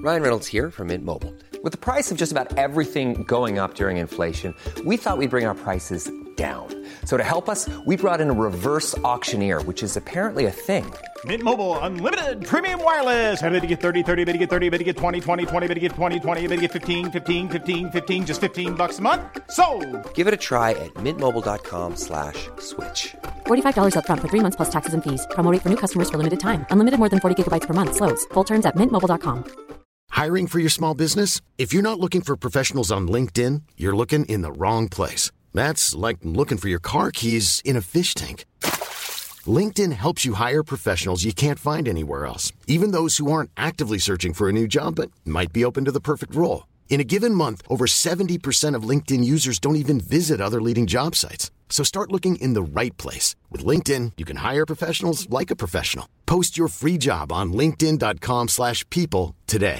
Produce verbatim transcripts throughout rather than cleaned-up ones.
Ryan Reynolds here from Mint Mobile. With the price of just about everything going up during inflation, we thought we'd bring our prices down. So to help us, we brought in a reverse auctioneer, which is apparently a thing. Mint Mobile Unlimited Premium Wireless. How to get thirty, thirty, how to get thirty, how to get twenty, twenty, twenty, how to get twenty, twenty, how to get fifteen, fifteen, fifteen, fifteen, just fifteen bucks a month? Sold! Give it a try at mintmobile.com slash switch. forty-five dollars up front for three months plus taxes and fees. Promo rate for new customers for limited time. Unlimited more than forty gigabytes per month. Slows full terms at mint mobile dot com. Hiring for your small business? If you're not looking for professionals on LinkedIn, you're looking in the wrong place. That's like looking for your car keys in a fish tank. LinkedIn helps you hire professionals you can't find anywhere else, even those who aren't actively searching for a new job but might be open to the perfect role. In a given month, over seventy percent of LinkedIn users don't even visit other leading job sites. So start looking in the right place. With LinkedIn, you can hire professionals like a professional. Post your free job on linkedin dot com slash people today.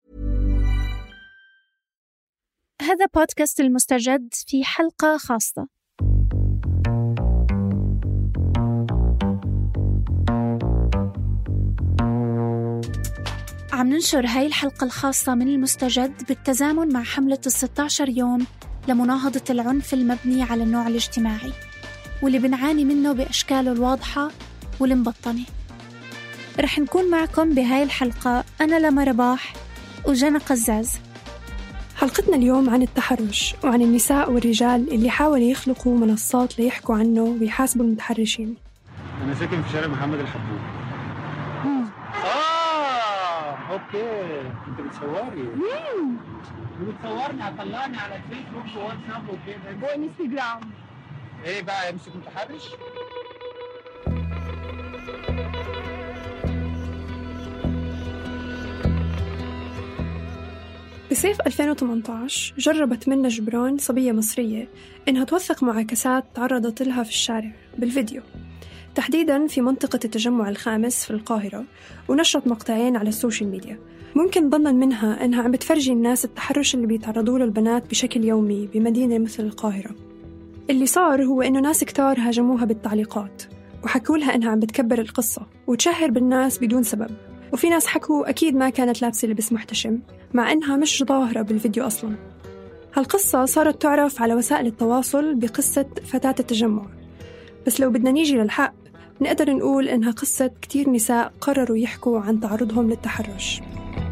هذا بودكاست المستجد في حلقة خاصة. عم ننشر هاي الحلقة الخاصة من المستجد بالتزامن مع حملة الستة عشر يوم لمناهضة العنف المبني على النوع الاجتماعي، واللي بنعاني منه بأشكاله الواضحة والمبطنة. رح نكون معكم بهاي الحلقة أنا لما رباح وجنى قزاز. حلقتنا اليوم عن التحرش وعن النساء والرجال اللي حاولوا يخلقوا منصات ليحكوا عنه ويحاسبوا المتحرشين. أنا ساكن في شارع محمد الحبوب. آه أوكي، أنت بتصوري؟ مم. بتصورني هطلعني على الفيسبوك وواتساب وكده وإنستغرام. إيه بقى يمسك متحرش؟ بصيف ألفين وثمانية عشر جربت منى جبران صبية مصرية إنها توثق معاكسات تعرضت لها في الشارع بالفيديو، تحديداً في منطقة التجمع الخامس في القاهرة، ونشرت مقطعين على السوشيال ميديا. ممكن ظناً منها إنها عم بتفرجي الناس التحرش اللي بيتعرضوا له البنات بشكل يومي بمدينة مثل القاهرة. اللي صار هو إنه ناس كتار هاجموها بالتعليقات وحكوا لها إنها عم بتكبر القصة وتشهر بالناس بدون سبب، وفي ناس حكوا أكيد ما كانت لابسة لبس محتشم مع إنها مش ظاهرة بالفيديو أصلاً. هالقصة صارت تعرف على وسائل التواصل بقصة فتاة التجمع، بس لو بدنا نيجي للحق نقدر نقول إنها قصة كتير نساء قرروا يحكوا عن تعرضهم للتحرش.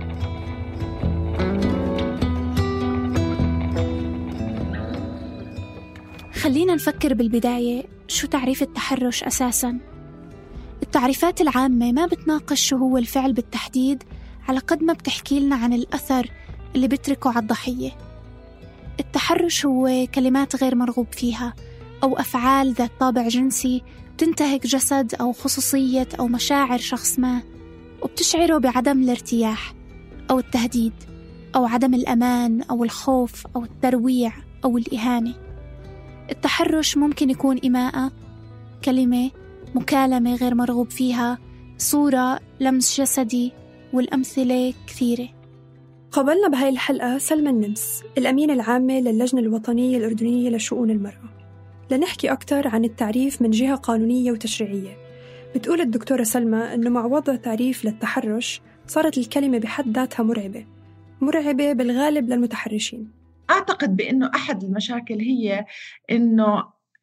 خلينا نفكر بالبداية، شو تعريف التحرش أساساً؟ التعريفات العامة ما بتناقش شو هو الفعل بالتحديد على قد ما بتحكي لنا عن الأثر اللي بتركه على الضحية. التحرش هو كلمات غير مرغوب فيها أو أفعال ذات طابع جنسي تنتهك جسد أو خصوصية أو مشاعر شخص ما، وبتشعره بعدم الارتياح أو التهديد أو عدم الأمان أو الخوف أو الترويع أو الإهانة. التحرش ممكن يكون إيماءة، كلمة، مكالمة غير مرغوب فيها، صورة، لمس جسدي، والأمثلة كثيرة. قابلنا بهاي الحلقة سلمى النمس، الأمينة العامة للجنة الوطنية الأردنية لشؤون المرأة، لنحكي أكتر عن التعريف من جهة قانونية وتشريعية. بتقول الدكتورة سلمى أنه مع وضع تعريف للتحرش صارت الكلمة بحد ذاتها مرعبة، مرعبة بالغالب للمتحرشين. أعتقد بأنه أحد المشاكل هي أنه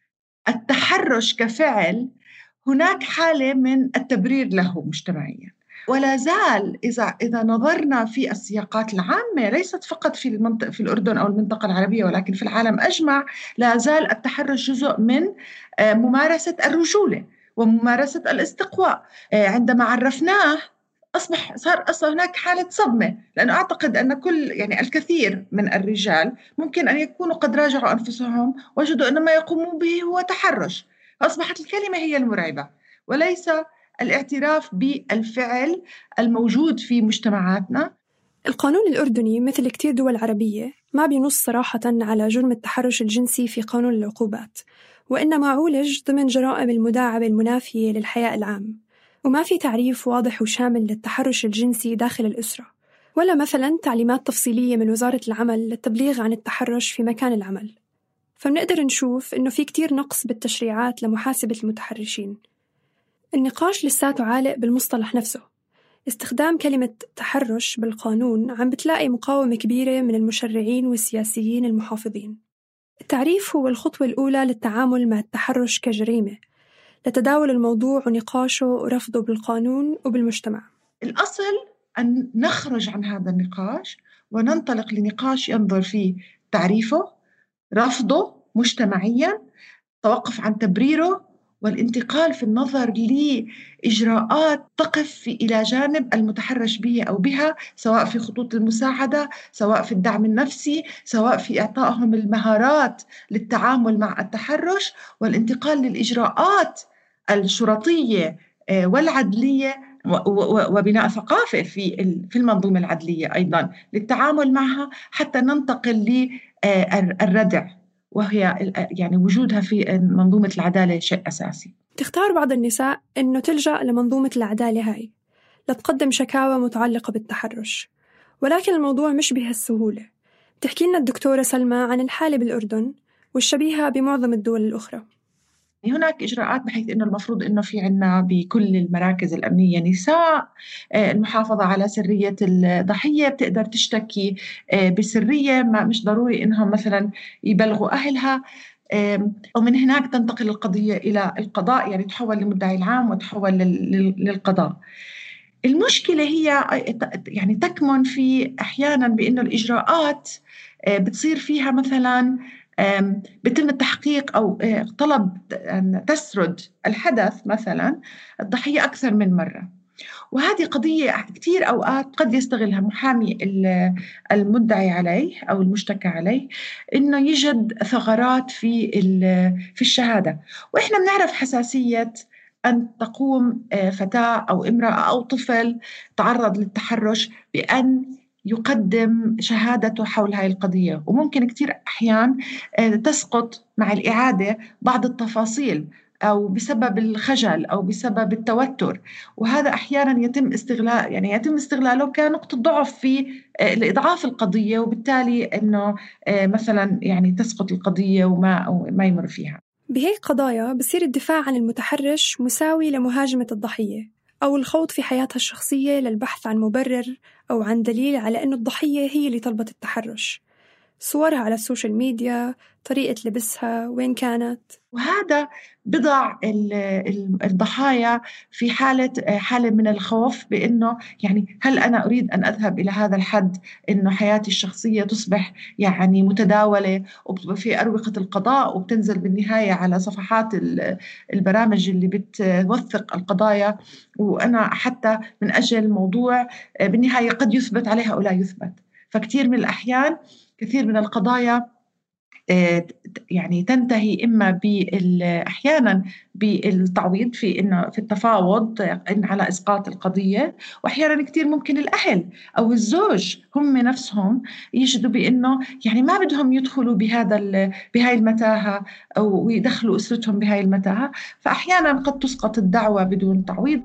التحرش كفعل هناك حالة من التبرير له مجتمعياً، ولا زال إذا إذا نظرنا في السياقات العامة ليست فقط في المنطقة في الأردن أو المنطقة العربية ولكن في العالم أجمع، لا زال التحرش جزء من ممارسة الرجولة وممارسة الاستقواء. عندما عرفناه أصبح صار أصلا هناك حالة صدمة، لأنه أعتقد أن كل يعني الكثير من الرجال ممكن أن يكونوا قد راجعوا أنفسهم وجدوا أن ما يقومون به هو تحرش. أصبحت الكلمة هي المرعبة وليس الاعتراف بالفعل الموجود في مجتمعاتنا. القانون الأردني مثل كتير دول عربية ما بينص صراحة على جرم التحرش الجنسي في قانون العقوبات، وإنما عولج ضمن جرائم المداعبة المنافية للحياء العام، وما في تعريف واضح وشامل للتحرش الجنسي داخل الأسرة، ولا مثلا تعليمات تفصيلية من وزارة العمل للتبليغ عن التحرش في مكان العمل. فبنقدر نشوف إنه في كتير نقص بالتشريعات لمحاسبة المتحرشين. النقاش لساته عالق بالمصطلح نفسه، استخدام كلمة تحرش بالقانون عم بتلاقي مقاومة كبيرة من المشرعين والسياسيين المحافظين. التعريف هو الخطوة الأولى للتعامل مع التحرش كجريمة، لتداول الموضوع ونقاشه ورفضه بالقانون وبالمجتمع. الأصل أن نخرج عن هذا النقاش وننطلق لنقاش ينظر فيه تعريفه، رفضه مجتمعياً، توقف عن تبريره، والانتقال في النظر لإجراءات تقف في إلى جانب المتحرش به أو بها، سواء في خطوط المساعدة، سواء في الدعم النفسي، سواء في إعطائهم المهارات للتعامل مع التحرش، والانتقال للإجراءات الشرطية والعدلية وبناء ثقافة في في المنظومة العدلية أيضاً للتعامل معها، حتى ننتقل للردع، وهي يعني وجودها في منظومة العدالة شيء أساسي. تختار بعض النساء إنه تلجأ لمنظومة العدالة هاي لتقدم شكاوى متعلقة بالتحرش، ولكن الموضوع مش بهالسهولة. بتحكي لنا الدكتورة سلمى عن الحالة بالأردن والشبيهة بمعظم الدول الأخرى. هناك إجراءات بحيث أنه المفروض أنه في عنا بكل المراكز الأمنية نساء، المحافظة على سرية الضحية، بتقدر تشتكي بسرية، ما مش ضروري أنهم مثلا يبلغوا أهلها، ومن هناك تنتقل القضية إلى القضاء، يعني تحول لمدعي العام وتحول للقضاء. المشكلة هي يعني تكمن في أحيانا بأنه الإجراءات بتصير فيها مثلا بيتم التحقيق أو طلب أن تسرد الحدث مثلا الضحية أكثر من مرة، وهذه قضية كتير أوقات قد يستغلها محامي المدعي عليه أو المشتكى عليه إنه يجد ثغرات في في الشهادة. وإحنا بنعرف حساسية أن تقوم فتاة أو امرأة أو طفل تعرض للتحرش بأن يقدم شهادته حول هاي القضية، وممكن كتير أحيان تسقط مع الإعادة بعض التفاصيل أو بسبب الخجل أو بسبب التوتر، وهذا أحيانا يتم استغلال يعني يتم استغلاله كنقطة ضعف في لإضعاف القضية، وبالتالي إنه مثلا يعني تسقط القضية وما أو ما يمر فيها. بهيك قضايا بصير الدفاع عن المتحرش مساوي لمهاجمة الضحية أو الخوض في حياتها الشخصية للبحث عن مبرر أو عن دليل على أن الضحية هي اللي طلبت التحرش، صورها على السوشيال ميديا، طريقة لبسها، وين كانت. وهذا بضع الضحايا في حالة حالة من الخوف بأنه يعني هل أنا أريد أن أذهب إلى هذا الحد إنه حياتي الشخصية تصبح يعني متداولة وفي أروقة القضاء وبتنزل بالنهاية على صفحات البرامج اللي بتوثق القضايا، وأنا حتى من أجل موضوع بالنهاية قد يثبت عليها أو لا يثبت. فكتير من الأحيان كثير من القضايا يعني تنتهي إما أحيانا بالتعويض في إنه في التفاوض إن على إسقاط القضية، وأحيانا كتير ممكن الأهل أو الزوج هم نفسهم يجدوا بإنه يعني ما بدهم يدخلوا بهذا بهاي المتاهة أو يدخلوا أسرتهم بهاي المتاهة، فأحيانا قد تسقط الدعوة بدون تعويض.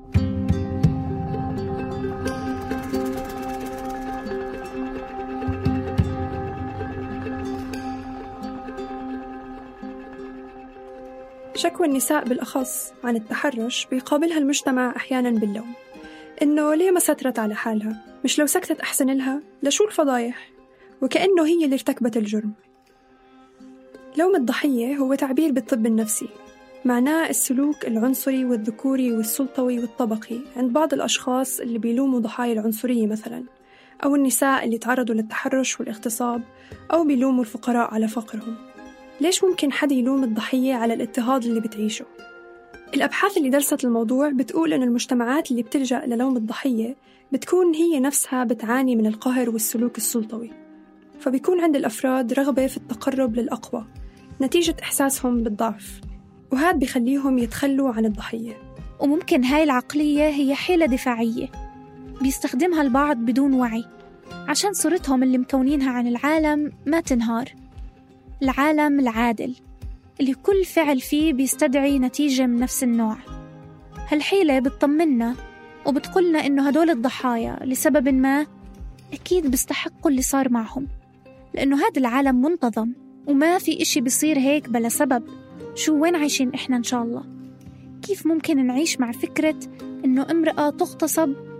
شكوى النساء بالأخص عن التحرش بيقابلها المجتمع أحياناً باللوم، إنه ليه ما سترت على حالها، مش لو سكتت أحسن لها، لشو الفضايح، وكأنه هي اللي ارتكبت الجرم. لوم الضحية هو تعبير بالطب النفسي، معناه السلوك العنصري والذكوري والسلطوي والطبقي عند بعض الأشخاص اللي بيلوموا ضحايا العنصرية مثلاً، أو النساء اللي تعرضوا للتحرش والاغتصاب، أو بيلوموا الفقراء على فقرهم. ليش ممكن حد يلوم الضحية على الاضطهاد اللي بتعيشه؟ الأبحاث اللي درست الموضوع بتقول إن المجتمعات اللي بتلجأ للوم الضحية بتكون هي نفسها بتعاني من القهر والسلوك السلطوي، فبيكون عند الأفراد رغبة في التقرب للأقوى نتيجة إحساسهم بالضعف، وهذا بيخليهم يتخلوا عن الضحية. وممكن هاي العقلية هي حيلة دفاعية بيستخدمها البعض بدون وعي عشان صورتهم اللي مكونينها عن العالم ما تنهار، العالم العادل اللي كل فعل فيه بيستدعي نتيجة من نفس النوع. هالحيلة بتطمنا وبتقولنا إنه هدول الضحايا لسبب ما أكيد بيستحقوا اللي صار معهم، لأنه هذا العالم منتظم وما في إشي بيصير هيك بلا سبب. شو وين عايشين إحنا إن شاء الله؟ كيف ممكن نعيش مع فكرة إنه امرأة تغتصب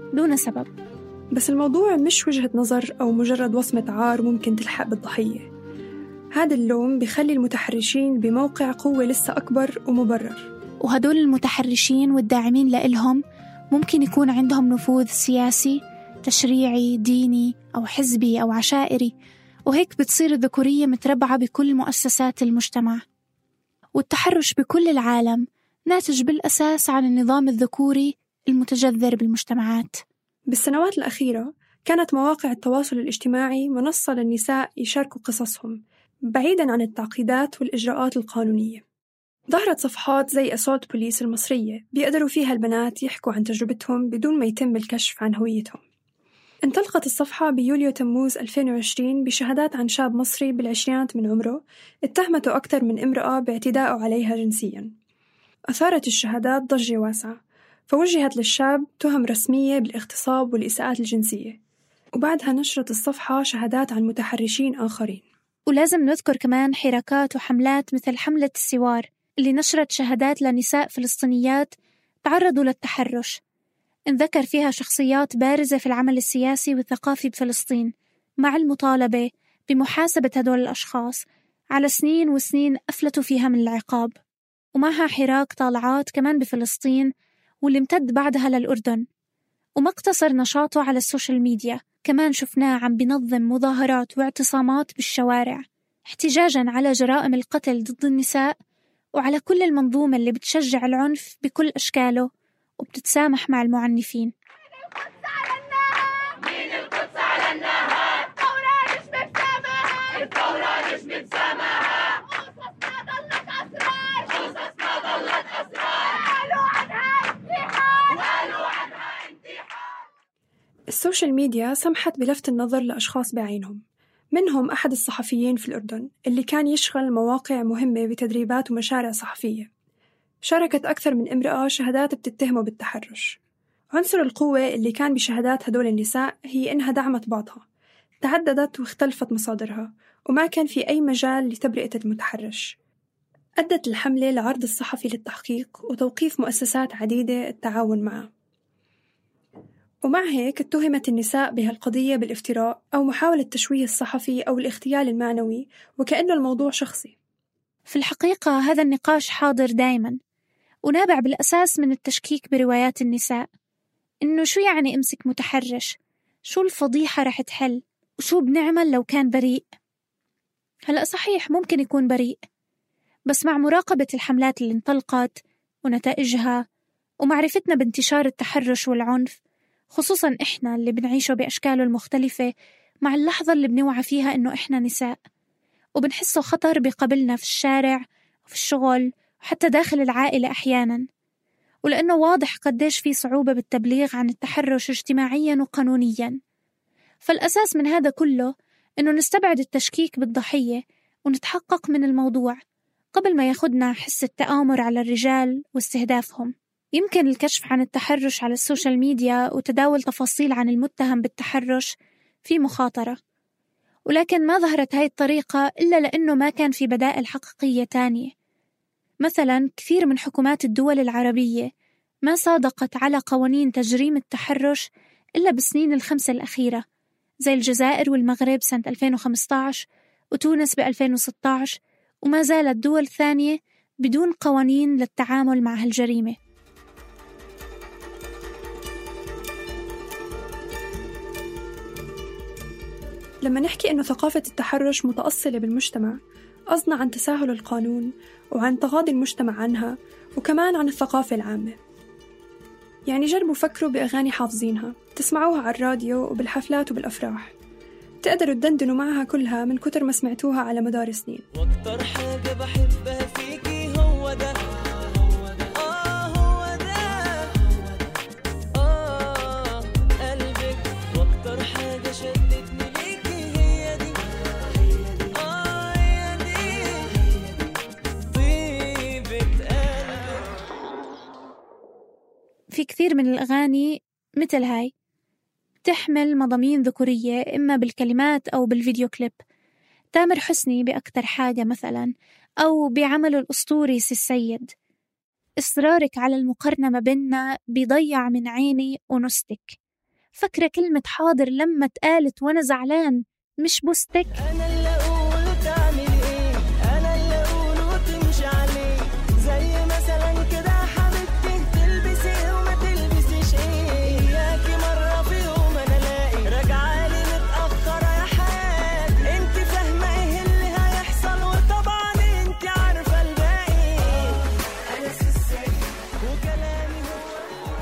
دون سبب. بس الموضوع مش وجهة نظر أو مجرد وصمة عار ممكن تلحق بالضحية. هذا اللوم بيخلي المتحرشين بموقع قوة لسه أكبر ومبرر، وهدول المتحرشين والداعمين لإلهم ممكن يكون عندهم نفوذ سياسي، تشريعي، ديني أو حزبي أو عشائري، وهيك بتصير الذكورية متربعة بكل مؤسسات المجتمع. والتحرش بكل العالم ناتج بالأساس عن النظام الذكوري المتجذر بالمجتمعات. بالسنوات الأخيرة كانت مواقع التواصل الاجتماعي منصة للنساء يشاركوا قصصهم بعيداً عن التعقيدات والإجراءات القانونية. ظهرت صفحات زي أصوات بوليس المصرية بيقدروا فيها البنات يحكوا عن تجربتهم بدون ما يتم الكشف عن هويتهم. انطلقت الصفحة بيوليو تموز ألفين وعشرين بشهادات عن شاب مصري بالعشرينات من عمره اتهمته أكثر من امرأة باعتدائه عليها جنسياً. أثارت الشهادات ضجة واسعة، فوجهت للشاب تهم رسمية بالاغتصاب والإساءات الجنسية، وبعدها نشرت الصفحة شهادات عن متحرشين آخرين. ولازم نذكر كمان حركات وحملات مثل حملة السوار اللي نشرت شهادات لنساء فلسطينيات تعرضوا للتحرش، انذكر فيها شخصيات بارزة في العمل السياسي والثقافي بفلسطين، مع المطالبة بمحاسبة هدول الأشخاص على سنين وسنين أفلتوا فيها من العقاب. ومعها حراك طالعات كمان بفلسطين واللي امتد بعدها للأردن. وما اقتصر نشاطه على السوشيال ميديا، كمان شفناه عم بنظم مظاهرات واعتصامات بالشوارع احتجاجاً على جرائم القتل ضد النساء وعلى كل المنظومة اللي بتشجع العنف بكل أشكاله وبتتسامح مع المعنفين. مين القدس على النهار؟ الثورة مش بتسامح، الثورة مش بتسامح، قصص ما ضلت أسرار، قصص ما ضلت أسرار، قالوا عنها انتحار، قالوا عنها انتحار. السوشيال ميديا سمحت بلفت النظر لأشخاص بعينهم، منهم أحد الصحفيين في الأردن اللي كان يشغل مواقع مهمة بتدريبات ومشاريع صحفية. شاركت أكثر من امرأة شهادات بتتهمه بالتحرش. عنصر القوة اللي كان بشهادات هدول النساء هي إنها دعمت بعضها، تعددت واختلفت مصادرها، وما كان في أي مجال لتبرئة المتحرش. أدت الحملة لعرض الصحفي للتحقيق وتوقيف مؤسسات عديدة التعاون معه. ومع هيك اتهمت النساء بهالقضية بالافتراء أو محاولة تشويه الصحفي أو الاغتيال المعنوي وكأنه الموضوع شخصي. في الحقيقة هذا النقاش حاضر دايماً ونابع بالأساس من التشكيك بروايات النساء، إنه شو يعني أمسك متحرش؟ شو الفضيحة رح تحل؟ وشو بنعمل لو كان بريء؟ هلأ صحيح ممكن يكون بريء، بس مع مراقبة الحملات اللي انطلقت ونتائجها ومعرفتنا بانتشار التحرش والعنف، خصوصاً إحنا اللي بنعيشه بأشكاله المختلفة، مع اللحظة اللي بنوعى فيها إنه إحنا نساء وبنحسه خطر بقبلنا في الشارع وفي الشغل وحتى داخل العائلة أحياناً، ولأنه واضح قديش في صعوبة بالتبليغ عن التحرش اجتماعياً وقانونياً. فالأساس من هذا كله إنه نستبعد التشكيك بالضحية ونتحقق من الموضوع قبل ما ياخدنا حس التآمر على الرجال واستهدافهم. يمكن الكشف عن التحرش على السوشيال ميديا وتداول تفاصيل عن المتهم بالتحرش في مخاطرة، ولكن ما ظهرت هاي الطريقة إلا لأنه ما كان في بدائل حقيقية تانية. مثلا كثير من حكومات الدول العربية ما صادقت على قوانين تجريم التحرش إلا بالسنين الخمسة الأخيرة، زي الجزائر والمغرب سنة ألفين وخمسة عشر وتونس ب ألفين وستة عشر، وما زالت دول ثانية بدون قوانين للتعامل مع هالجريمة. لما نحكي إنه ثقافة التحرش متأصلة بالمجتمع، قصدنا عن تساهل القانون وعن تغاضي المجتمع عنها، وكمان عن الثقافة العامة. يعني جربوا فكروا بأغاني حافظينها تسمعوها على الراديو وبالحفلات وبالأفراح، تقدروا تدندنوا معها كلها من كتر ما سمعتوها على مدار سنين. واكتر حاجة بحبها فيكي هو ده، آه هو ده، آه قلبك، واكتر حاجة شدتني ليكي هي دي، آه هي دي، طيبة قلبك. في كثير من الأغاني مثل هاي تحمل مضامين ذكورية إما بالكلمات أو بالفيديو كليب. تامر حسني بأكتر حاجة مثلا، أو بعمله الأسطوري سي السيد. إصرارك على المقارنة ما بيننا بيضيع من عيني ونستك. فكرة كلمة حاضر لما اتقالت وأنا زعلان مش بوستك. أنا اللي أقوله تعمل إيه، أنا اللي أقوله تمشي عليه، زي مثلا كده حبيبتي تلبسي وما تلبسيش إيه، إياكي مرة في يوم أنا لاقي راجعالي متأخرة يا حياتي، أنت فاهمة إيه اللي هيحصل وطبعا أنت عارفة الباقي. أنا سيسي وكلامي هو.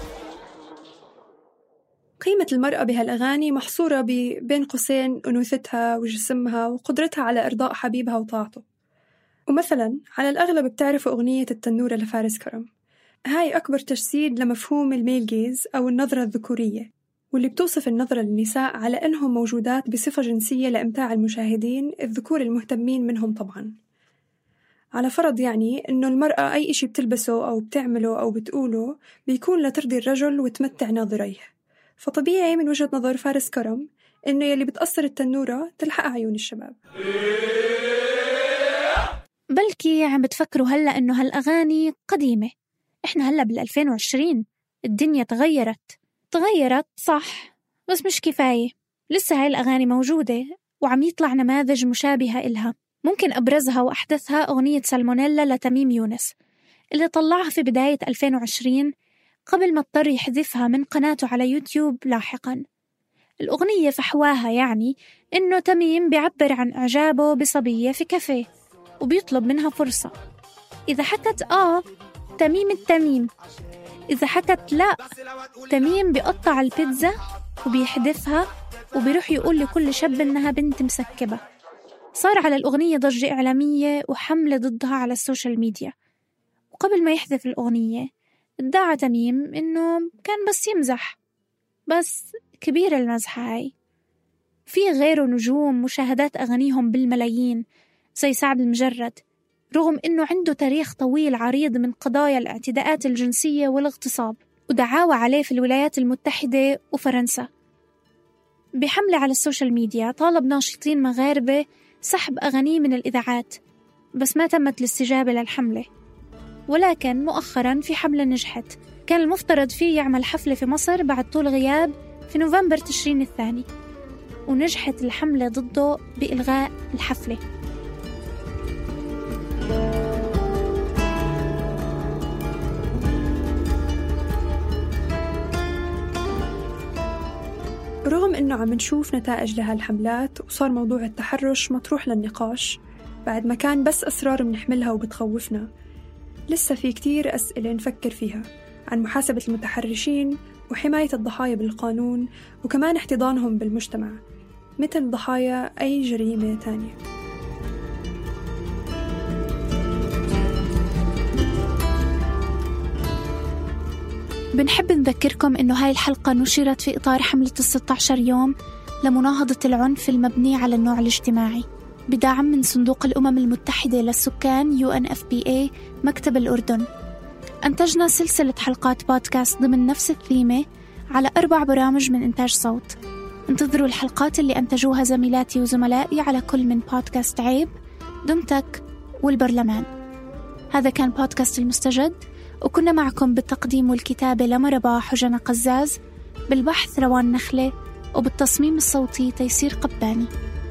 قيمة المرأة بهالأغاني محصورة بين قوسين أنوثتها وجسمها وقدرتها على إرضاء حبيبها وطاعته. ومثلا على الأغلب بتعرفوا أغنية التنورة لفارس كرم، هاي أكبر تجسيد لمفهوم الميل جيز أو النظرة الذكورية، واللي بتوصف النظرة للنساء على أنهم موجودات بصفة جنسية لإمتاع المشاهدين الذكور المهتمين منهم طبعا، على فرض يعني أنه المرأة أي إشي بتلبسه أو بتعمله أو بتقوله بيكون لترضي الرجل وتمتع ناظريه. فطبيعي من وجهة نظر فارس كرم إنه يلي بتأثر التنورة تلحق عيون الشباب. بلكي عم بتفكروا هلأ إنه هالأغاني قديمة، إحنا هلأ بالألفين وعشرين الدنيا تغيرت. تغيرت صح، بس مش كفاية، لسه هاي الأغاني موجودة وعم يطلع نماذج مشابهة إلها. ممكن أبرزها وأحدثها أغنية سالمونيلا لتميم يونس اللي طلعها في بداية ألفين وعشرين قبل ما اضطر يحذفها من قناته على يوتيوب لاحقاً. الأغنية فحواها يعني إنه تميم بيعبر عن إعجابه بصبية في كافيه وبيطلب منها فرصة. إذا حكت آه تميم التميم، إذا حكت لا تميم بيقطع البيتزا وبيحذفها وبيروح يقول لكل شاب إنها بنت مسكبة. صار على الأغنية ضجة إعلامية وحملة ضدها على السوشيال ميديا. وقبل ما يحذف الأغنية ادعى تميم إنه كان بس يمزح، بس كبيرة المزحة هاي. في غيره نجوم مشاهدات أغانيهم بالملايين زي سعد المجرد، رغم إنه عنده تاريخ طويل عريض من قضايا الاعتداءات الجنسية والاغتصاب ودعاوى عليه في الولايات المتحدة وفرنسا. بحملة على السوشيال ميديا طالب ناشطين مغاربة سحب أغانيه من الإذاعات، بس ما تمت الاستجابة للحملة. ولكن مؤخراً في حملة نجحت، كان المفترض فيه يعمل حفلة في مصر بعد طول غياب في نوفمبر تشرين الثاني، ونجحت الحملة ضده بإلغاء الحفلة. رغم إنه عم نشوف نتائج لهالحملات وصار موضوع التحرش مطروح للنقاش بعد ما كان بس أسرار بنحملها وبتخوفنا، لسه في كتير أسئلة نفكر فيها عن محاسبة المتحرشين وحماية الضحايا بالقانون وكمان احتضانهم بالمجتمع مثل ضحايا أي جريمة تانية. بنحب نذكركم إنه هاي الحلقة نشرت في إطار حملة الستة عشر يوم لمناهضة العنف المبني على النوع الاجتماعي بدعم من صندوق الأمم المتحدة للسكان يو إن إف بي إيه مكتب الأردن. أنتجنا سلسلة حلقات بودكاست ضمن نفس الثيمة على أربع برامج من إنتاج صوت. انتظروا الحلقات اللي أنتجوها زميلاتي وزملائي على كل من بودكاست عيب، دمتك والبرلمان. هذا كان بودكاست المستجد، وكنا معكم بالتقديم والكتابة لما رباح وجنى قزاز، بالبحث روان نخلة، وبالتصميم الصوتي تيسير قباني.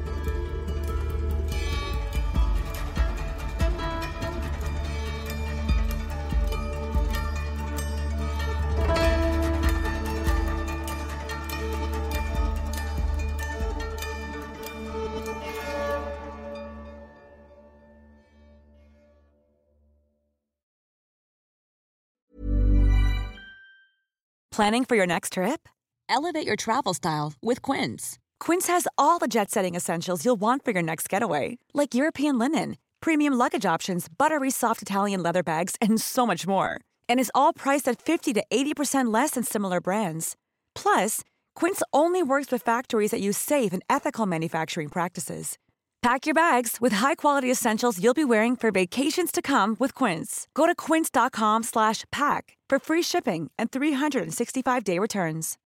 Planning for your next trip? Elevate your travel style with Quince. Quince has all the jet-setting essentials you'll want for your next getaway, like European linen, premium luggage options, buttery soft Italian leather bags, and so much more. And is all priced at fifty to eighty percent less than similar brands. Plus, Quince only works with factories that use safe and ethical manufacturing practices. Pack your bags with high-quality essentials you'll be wearing for vacations to come with Quince. Go to quince.com slash pack for free shipping and three sixty-five day returns.